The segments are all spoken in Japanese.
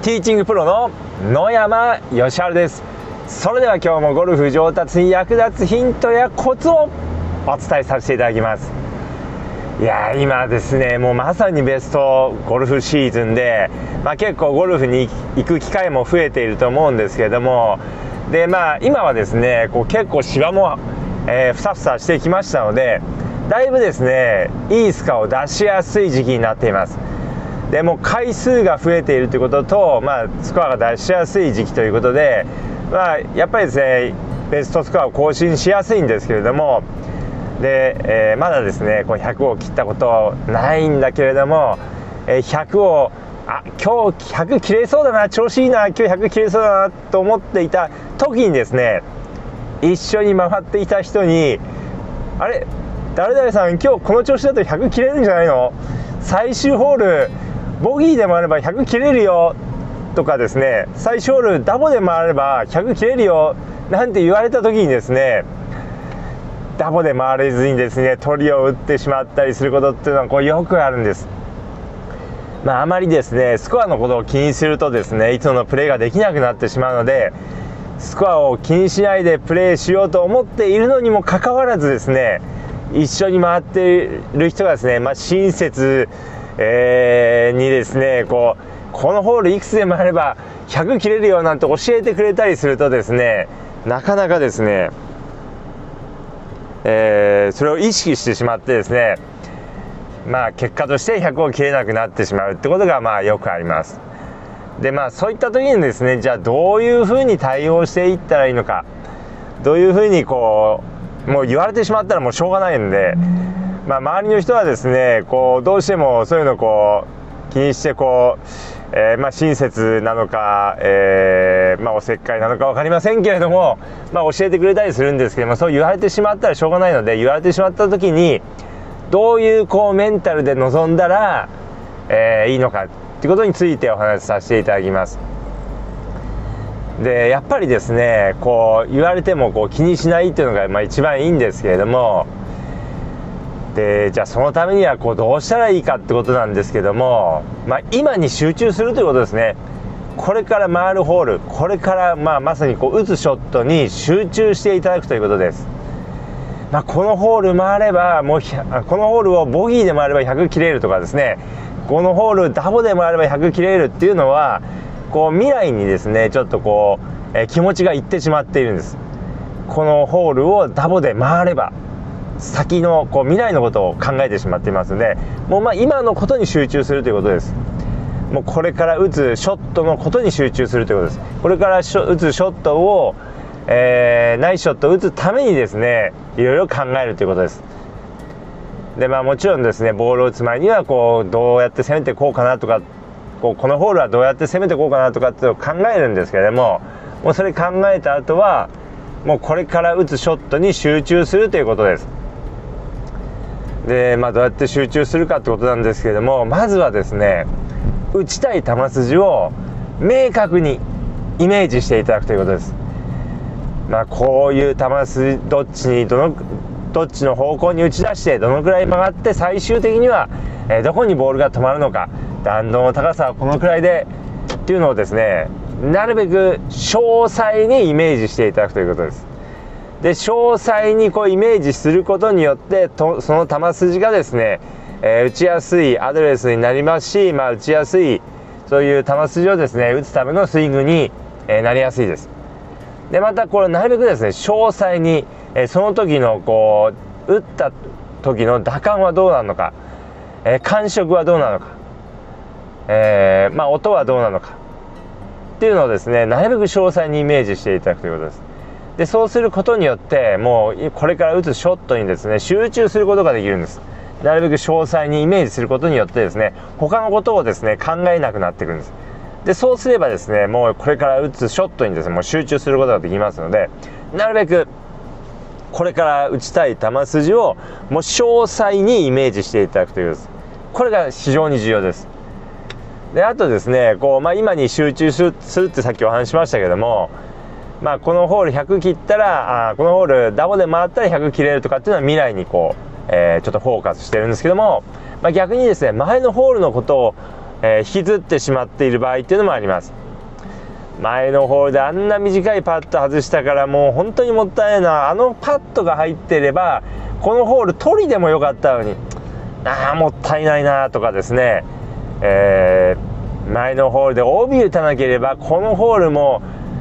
ティーチングプロの野山義晴です。それでは今日もゴルフ上達に役立つヒントやコツをお伝えさせていただきます。いや今ですね、もうまさにベストゴルフシーズンで、結構ゴルフに行く機会も増えていると思うんですけれども、で今はですね結構芝も、ふさふさしてきましたので、だいぶですねいいスコアを出しやすい時期になっています。でも回数が増えているということと、スコアが出しやすい時期ということで、やっぱりですねベストスコアを更新しやすいんですけれども、で、まだですね100を切ったことないんだけれども、100を今日100切れそうだな、調子いいな、今日100切れそうだなと思っていた時にですね、一緒に回っていた人にあれ誰々さん今日この調子だと100切れるんじゃないの、最終ホールボギーでもあれば100切れるよとかですね、最終ホールダボで回れば100切れるよなんて言われた時にですね、ダボで回れずにですね鳥を打ってしまったりすることっていうのはよくあるんです。あまりですねスコアのことを気にするとですねいつものプレーができなくなってしまうので、スコアを気にしないでプレーしようと思っているのにもかかわらずですね、一緒に回っている人がですね、親切にですねこのホールいくつでもあれば100切れるよなんて教えてくれたりするとですね、なかなかですね、それを意識してしまってですね、結果として100を切れなくなってしまうってことがよくあります。でそういった時にですね、じゃあどういうふうに対応していったらいいのか、どういうふうにもう言われてしまったらもうしょうがないんで、周りの人はですねどうしてもそういうのを気にして親切なのか、おせっかいなのか分かりませんけれども、教えてくれたりするんですけども、そう言われてしまったらしょうがないので、言われてしまった時にどういうメンタルで臨んだら、いいのかっていうことについてお話しさせていただきます。でやっぱりですね言われても気にしないっていうのが一番いいんですけれども、でじゃあそのためにはどうしたらいいかってことなんですけども、今に集中するということですね。これから回るホール、これからまさに打つショットに集中していただくということです。このホール回ればこのホールをボギーで回れば100切れるとかですね、このホールダボで回れば100切れるっていうのは未来にですねちょっと気持ちがいってしまっているんです。このホールをダボで回れば先の未来のことを考えてしまっていますので、もう今のことに集中するということです。もうこれから打つショットのことに集中するということです。これから打つショットを、ナイスショットを打つためにですねいろいろ考えるということです。でもちろんですねボールを打つ前にはどうやって攻めていこうかなとか、このホールはどうやって攻めていこうかなとかって考えるんですけれども、もうそれ考えた後はもうこれから打つショットに集中するということです。でどうやって集中するかってことなんですけれども、まずはですね打ちたい球筋を明確にイメージしていただくということです。こういう球筋どっちの方向に打ち出してどのくらい曲がって最終的には、どこにボールが止まるのか、弾道の高さはこのくらいでっていうのをですねなるべく詳細にイメージしていただくということです。で詳細にイメージすることによってその球筋がですね、打ちやすいアドレスになりますし、打ちやすいそういう球筋をですね打つためのスイングに、なりやすいです。でまたなるべくですね詳細に、その時の打った時の打感はどうなのか、感触はどうなのか、音はどうなのかっていうのをですねなるべく詳細にイメージしていただくということです。でそうすることによってもうこれから打つショットにですね集中することができるんです。なるべく詳細にイメージすることによってですね他のことをですね考えなくなってくるんです。でそうすればですねもうこれから打つショットにですねもう集中することができますので、なるべくこれから打ちたい球筋をもう詳細にイメージしていただくということです。これが非常に重要です。であとですね今に集中するってさっきお話ししましたけども、このホール100切ったらこのホールダボで回ったら100切れるとかっていうのは未来にちょっとフォーカスしてるんですけども、逆にですね前のホールのことを、 引きずってしまっている場合っていうのもあります。前のホールであんな短いパット外したからもう本当にもったいないな、あのパットが入ってればこのホール取りでもよかったのにもったいないなとかですね、前のホールで OB 打たなければこのホールも、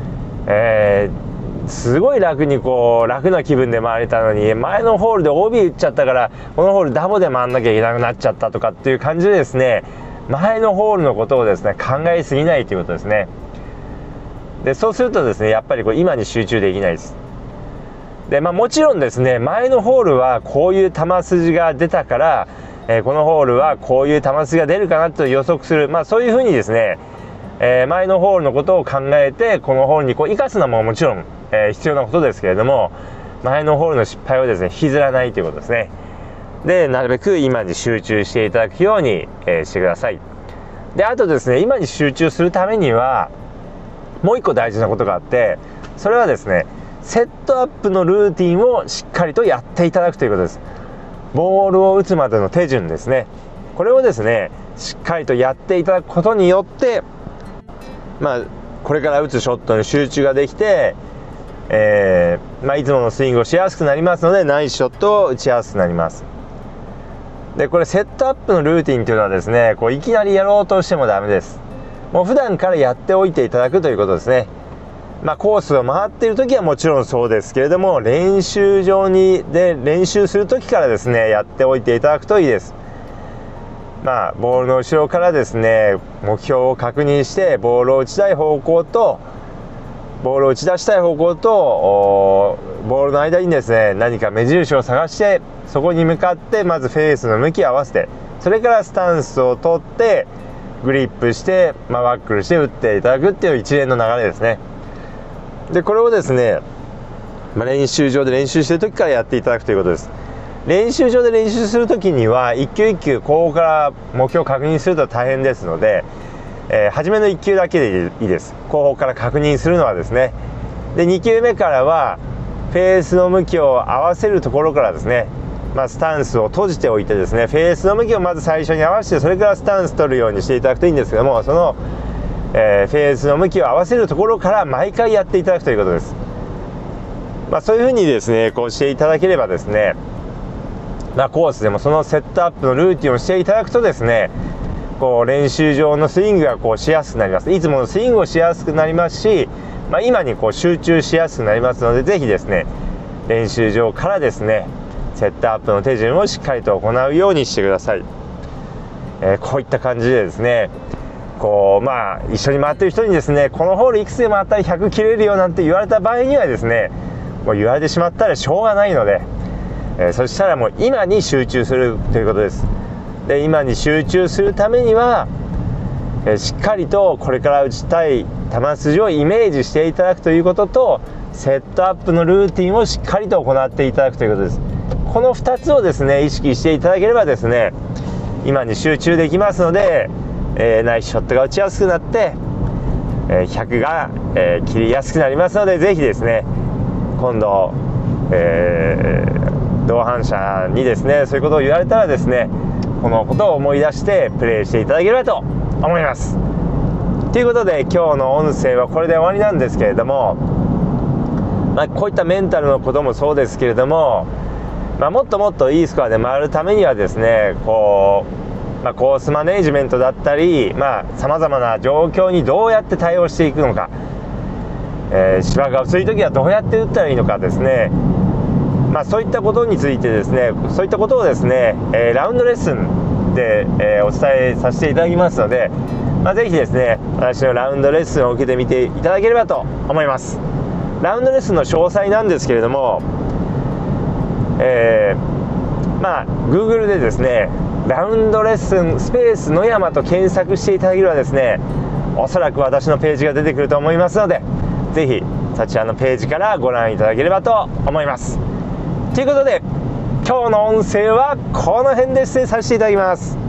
すごい楽な気分で回れたのに前のホールで OB 打っちゃったからこのホールダボで回んなきゃいけなくなっちゃったとかっていう感じでですね、前のホールのことをですね考えすぎないということですね。でそうするとですねやっぱり今に集中できないです。でもちろんですね前のホールはこういう球筋が出たから、このホールはこういう球筋が出るかなと予測する、そういうふうにですね、前のホールのことを考えてこのホールに生かすのももちろん、必要なことですけれども、前のホールの失敗をですね引きずらないということですね。でなるべく今に集中していただくように、してください。であとですね今に集中するためにはもう一個大事なことがあって、それはですねセットアップのルーティンをしっかりとやっていただくということです。ボールを打つまでの手順ですね、これをですねしっかりとやっていただくことによって、これから打つショットに集中ができて、いつものスイングをしやすくなりますのでナイスショットを打ちやすくなります。でこれセットアップのルーティンというのはですねいきなりやろうとしてもダメです。もう普段からやっておいていただくということですね。コースを回っている時はもちろんそうですけれども、練習場で練習する時からですねやっておいていただくといいです。ボールの後ろからですね目標を確認してボールを打ちたい方向とボールを打ち出したい方向とボールの間にですね何か目印を探してそこに向かってまずフェースの向きを合わせて、それからスタンスを取ってグリップして、ワックルして打っていただくっていう一連の流れですね。でこれをですね、練習場で練習してる時からやっていただくということです。練習場で練習する時には一球一球ここから目標を確認すると大変ですので、初めの1球だけでいいです。後方から確認するのはですね。で2球目からはフェースの向きを合わせるところからですね、スタンスを閉じておいてですねフェースの向きをまず最初に合わせて、それからスタンス取るようにしていただくといいんですけども、その、フェースの向きを合わせるところから毎回やっていただくということです。そういうふうにですねしていただければですね、コースでもそのセットアップのルーティンをしていただくとですね練習場のスイングがしやすくなります。いつものスイングをしやすくなりますし、今に集中しやすくなりますので、ぜひですね練習場からですねセットアップの手順をしっかりと行うようにしてください。こういった感じでですね一緒に回ってる人にですねこのホールいくつで回ったら100切れるよなんて言われた場合にはですねもう言われてしまったらしょうがないので、そしたらもう今に集中するということです。で今に集中するためには、しっかりとこれから打ちたい球筋をイメージしていただくということと、セットアップのルーティンをしっかりと行っていただくということです。この2つをですね意識していただければですね今に集中できますので、ナイスショットが打ちやすくなって、100が、切りやすくなりますので、ぜひですね今度、同伴者にですねそういうことを言われたらですねこのことを思い出してプレーしていただければと思います。ということで今日の音声はこれで終わりなんですけれども、こういったメンタルのこともそうですけれども、もっともっといいスコアで回るためにはですねコースマネジメントだったりさまざまな状況にどうやって対応していくのか、芝が薄い時はどうやって打ったらいいのかですね、そういったことについてですねそういったことをですね、ラウンドレッスンで、お伝えさせていただきますので、ぜひですね私のラウンドレッスンを受けてみていただければと思います。ラウンドレッスンの詳細なんですけれども、Google でですねラウンドレッスンスペース野山と検索していただければですねおそらく私のページが出てくると思いますので、ぜひそちらのページからご覧いただければと思います。ということで今日の音声はこの辺で失礼させていただきます。